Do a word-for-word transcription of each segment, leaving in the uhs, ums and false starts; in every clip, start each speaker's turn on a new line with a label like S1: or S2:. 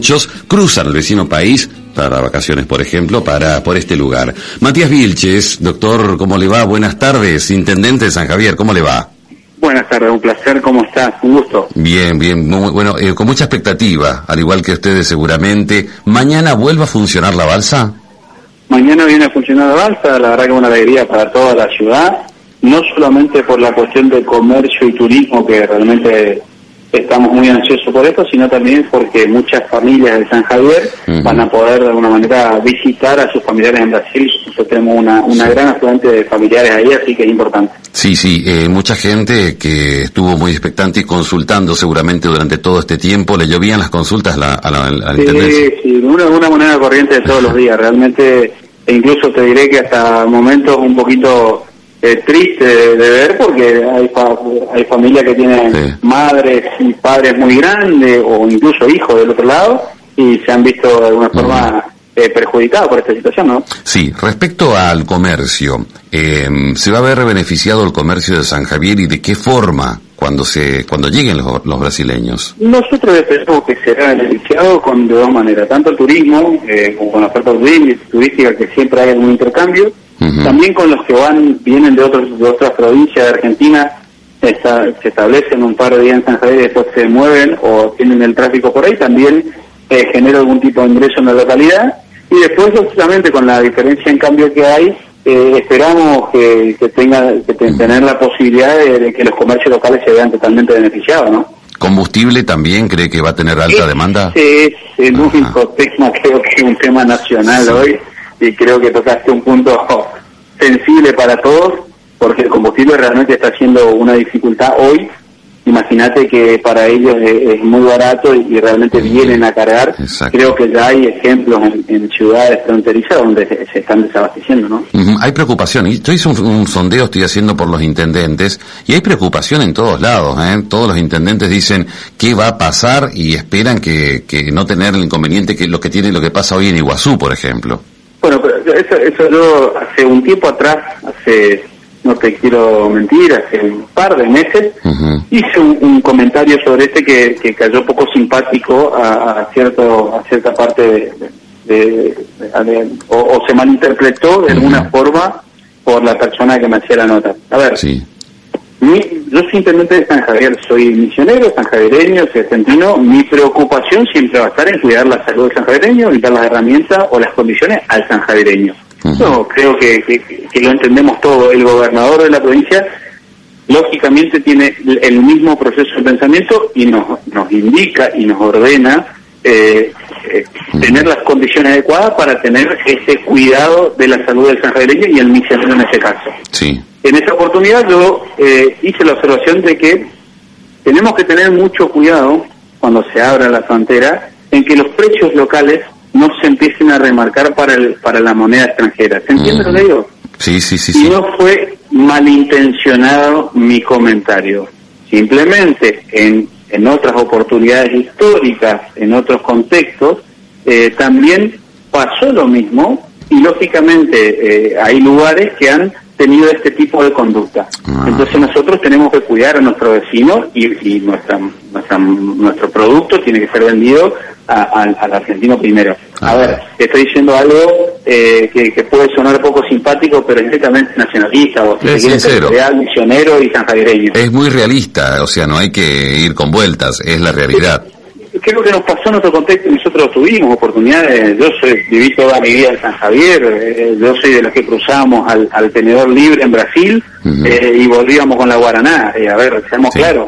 S1: Muchos cruzan el vecino país para vacaciones, por ejemplo, para por este lugar. Matías Vilches, doctor, ¿cómo le va? Buenas tardes, intendente de San Javier, ¿cómo le va?
S2: Buenas tardes, un placer, ¿cómo estás? Un gusto.
S1: Bien, bien, muy, bueno, eh, con mucha expectativa, al igual que ustedes seguramente. ¿Mañana vuelve a funcionar la balsa?
S2: Mañana viene a funcionar la balsa, la verdad que es una alegría para toda la ciudad, no solamente por la cuestión de comercio y turismo, que realmente estamos muy ansiosos por esto, sino también porque muchas familias de San Javier uh-huh. van a poder de alguna manera visitar a sus familiares en Brasil. Nosotros tenemos una, una gran afluente de familiares ahí, así que es importante.
S1: Sí, sí, eh, mucha gente que estuvo muy expectante y consultando seguramente durante todo este tiempo. ¿Le llovían las consultas la, a la, a la
S2: sí,
S1: intendencia?
S2: Sí, una, una moneda corriente de todos los días, realmente, e incluso te diré que hasta momentos un poquito Eh, triste de, de ver, porque hay fa, hay familias que tienen sí. madres y padres muy grandes o incluso hijos del otro lado y se han visto de alguna forma mm. eh, perjudicados por esta situación, ¿no?
S1: Sí, respecto al comercio, eh, ¿se va a ver beneficiado el comercio de San Javier y de qué forma cuando se cuando lleguen los, los brasileños?
S2: Nosotros esperamos que será beneficiado con de dos maneras, tanto el turismo eh, como con la oferta turística, que siempre hay algún intercambio. Uh-huh. También con los que van vienen de, otros, de otras provincias de Argentina, está, se establecen un par de días en San Javier y después se mueven o tienen el tráfico por ahí, también eh, genera algún tipo de ingreso en la localidad. Y después, justamente con la diferencia en cambio que hay, eh, esperamos que, que tenga que te, uh-huh. tener la posibilidad de, de que los comercios locales se vean totalmente beneficiados, ¿no?
S1: ¿Combustible también cree que va a tener alta
S2: Ese
S1: demanda?
S2: Es el uh-huh. único tema, creo que es un tema nacional sí. hoy. Y creo que tocaste un punto sensible para todos, porque el combustible realmente está siendo una dificultad hoy. Imagínate que para ellos es, es muy barato y, y realmente vienen a cargar. Exacto. Creo que ya hay ejemplos en, en ciudades fronterizas donde se, se están desabasteciendo, ¿no?
S1: Uh-huh. Hay preocupación. Y estoy un, un sondeo estoy haciendo por los intendentes y hay preocupación en todos lados, ¿eh? Todos los intendentes dicen qué va a pasar y esperan que, que no tener el inconveniente que lo que tiene lo que pasa hoy en Iguazú, por ejemplo.
S2: Bueno, pero eso, eso yo hace un tiempo atrás, hace, no te quiero mentir, hace un par de meses, uh-huh. hice un, un comentario sobre este que, que cayó poco simpático a, a cierto a cierta parte de, de, de, de, de o, o se malinterpretó de uh-huh. alguna forma por la persona que me hacía la nota. A ver, sí. Mi, yo soy intendente de San Javier, soy misionero, sanjavireño, soy argentino. Mi preocupación siempre va a estar en cuidar la salud del sanjavireño y dar las herramientas o las condiciones al sanjavireño. Uh-huh. Yo creo que, que, que lo entendemos todo. El gobernador de la provincia, lógicamente, tiene el mismo proceso de pensamiento y nos, nos indica y nos ordena eh, eh, uh-huh. tener las condiciones adecuadas para tener ese cuidado de la salud del sanjavireño y el misionero en ese caso.
S1: Sí.
S2: En esa oportunidad yo eh, hice la observación de que tenemos que tener mucho cuidado cuando se abra la frontera en que los precios locales no se empiecen a remarcar para el para la moneda extranjera. ¿Se entiende lo que digo?
S1: Sí, sí, sí.
S2: Y
S1: sí.
S2: no fue malintencionado mi comentario. Simplemente en, en otras oportunidades históricas, en otros contextos, eh, también pasó lo mismo y lógicamente eh, hay lugares que han tenido este tipo de conducta. Ah. Entonces nosotros tenemos que cuidar a nuestro vecino y, y nuestra, nuestra nuestro producto tiene que ser vendido a, a, al argentino primero. Ah. A ver, estoy diciendo algo eh, que, que puede sonar poco simpático, pero es directamente nacionalista, o si
S1: es sincero,
S2: real, misionero y sanjavireño.
S1: Es muy realista, o sea, no hay que ir con vueltas, es la realidad.
S2: Creo que nos pasó en otro contexto, nosotros tuvimos oportunidades, yo soy, viví toda mi vida en San Javier, eh, yo soy de los que cruzábamos al, al tenedor libre en Brasil uh-huh. eh, y volvíamos con la Guaraná, eh, a ver, seamos sí. claros,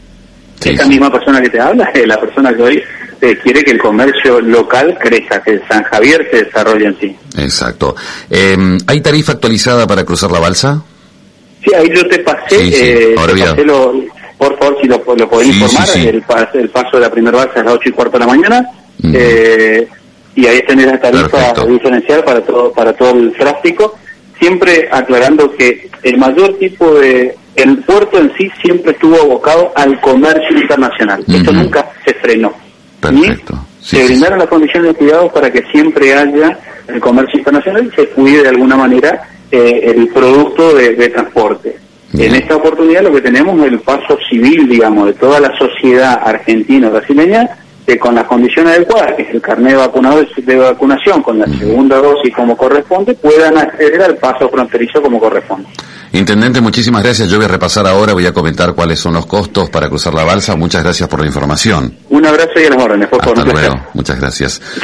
S2: sí, esta sí. misma persona que te habla es la persona que hoy eh, quiere que el comercio local crezca, que San Javier se desarrolle en sí.
S1: Exacto. Eh, ¿Hay tarifa actualizada para cruzar la balsa?
S2: Sí, ahí yo te pasé,
S1: sí, sí.
S2: Eh,
S1: Ahora
S2: te pasé lo... Por favor, si lo, lo podés sí, informar, sí, sí. El, pas, el paso de la primera balsa es a las ocho y cuarto de la mañana, uh-huh. eh, y ahí tenés la tarifa Perfecto. diferencial para todo para todo el tráfico, siempre aclarando que el mayor tipo de... El puerto en sí siempre estuvo abocado al comercio internacional, uh-huh. esto nunca se frenó.
S1: Perfecto.
S2: Y
S1: sí,
S2: se
S1: sí,
S2: brindaron
S1: sí.
S2: las condiciones de cuidado para que siempre haya el comercio internacional y se cuide de alguna manera eh, el producto de, de transporte. Bien. En esta oportunidad lo que tenemos es el paso civil, digamos, de toda la sociedad argentina-brasileña que con las condiciones adecuadas, que es el carnet de vacunador de vacunación con la uh-huh. segunda dosis como corresponde, puedan acceder al paso fronterizo como corresponde.
S1: Intendente, muchísimas gracias. Yo voy a repasar ahora, voy a comentar cuáles son los costos para cruzar la balsa. Muchas gracias por la información.
S2: Un abrazo y a las órdenes, por favor.
S1: Hasta luego. Muchas gracias.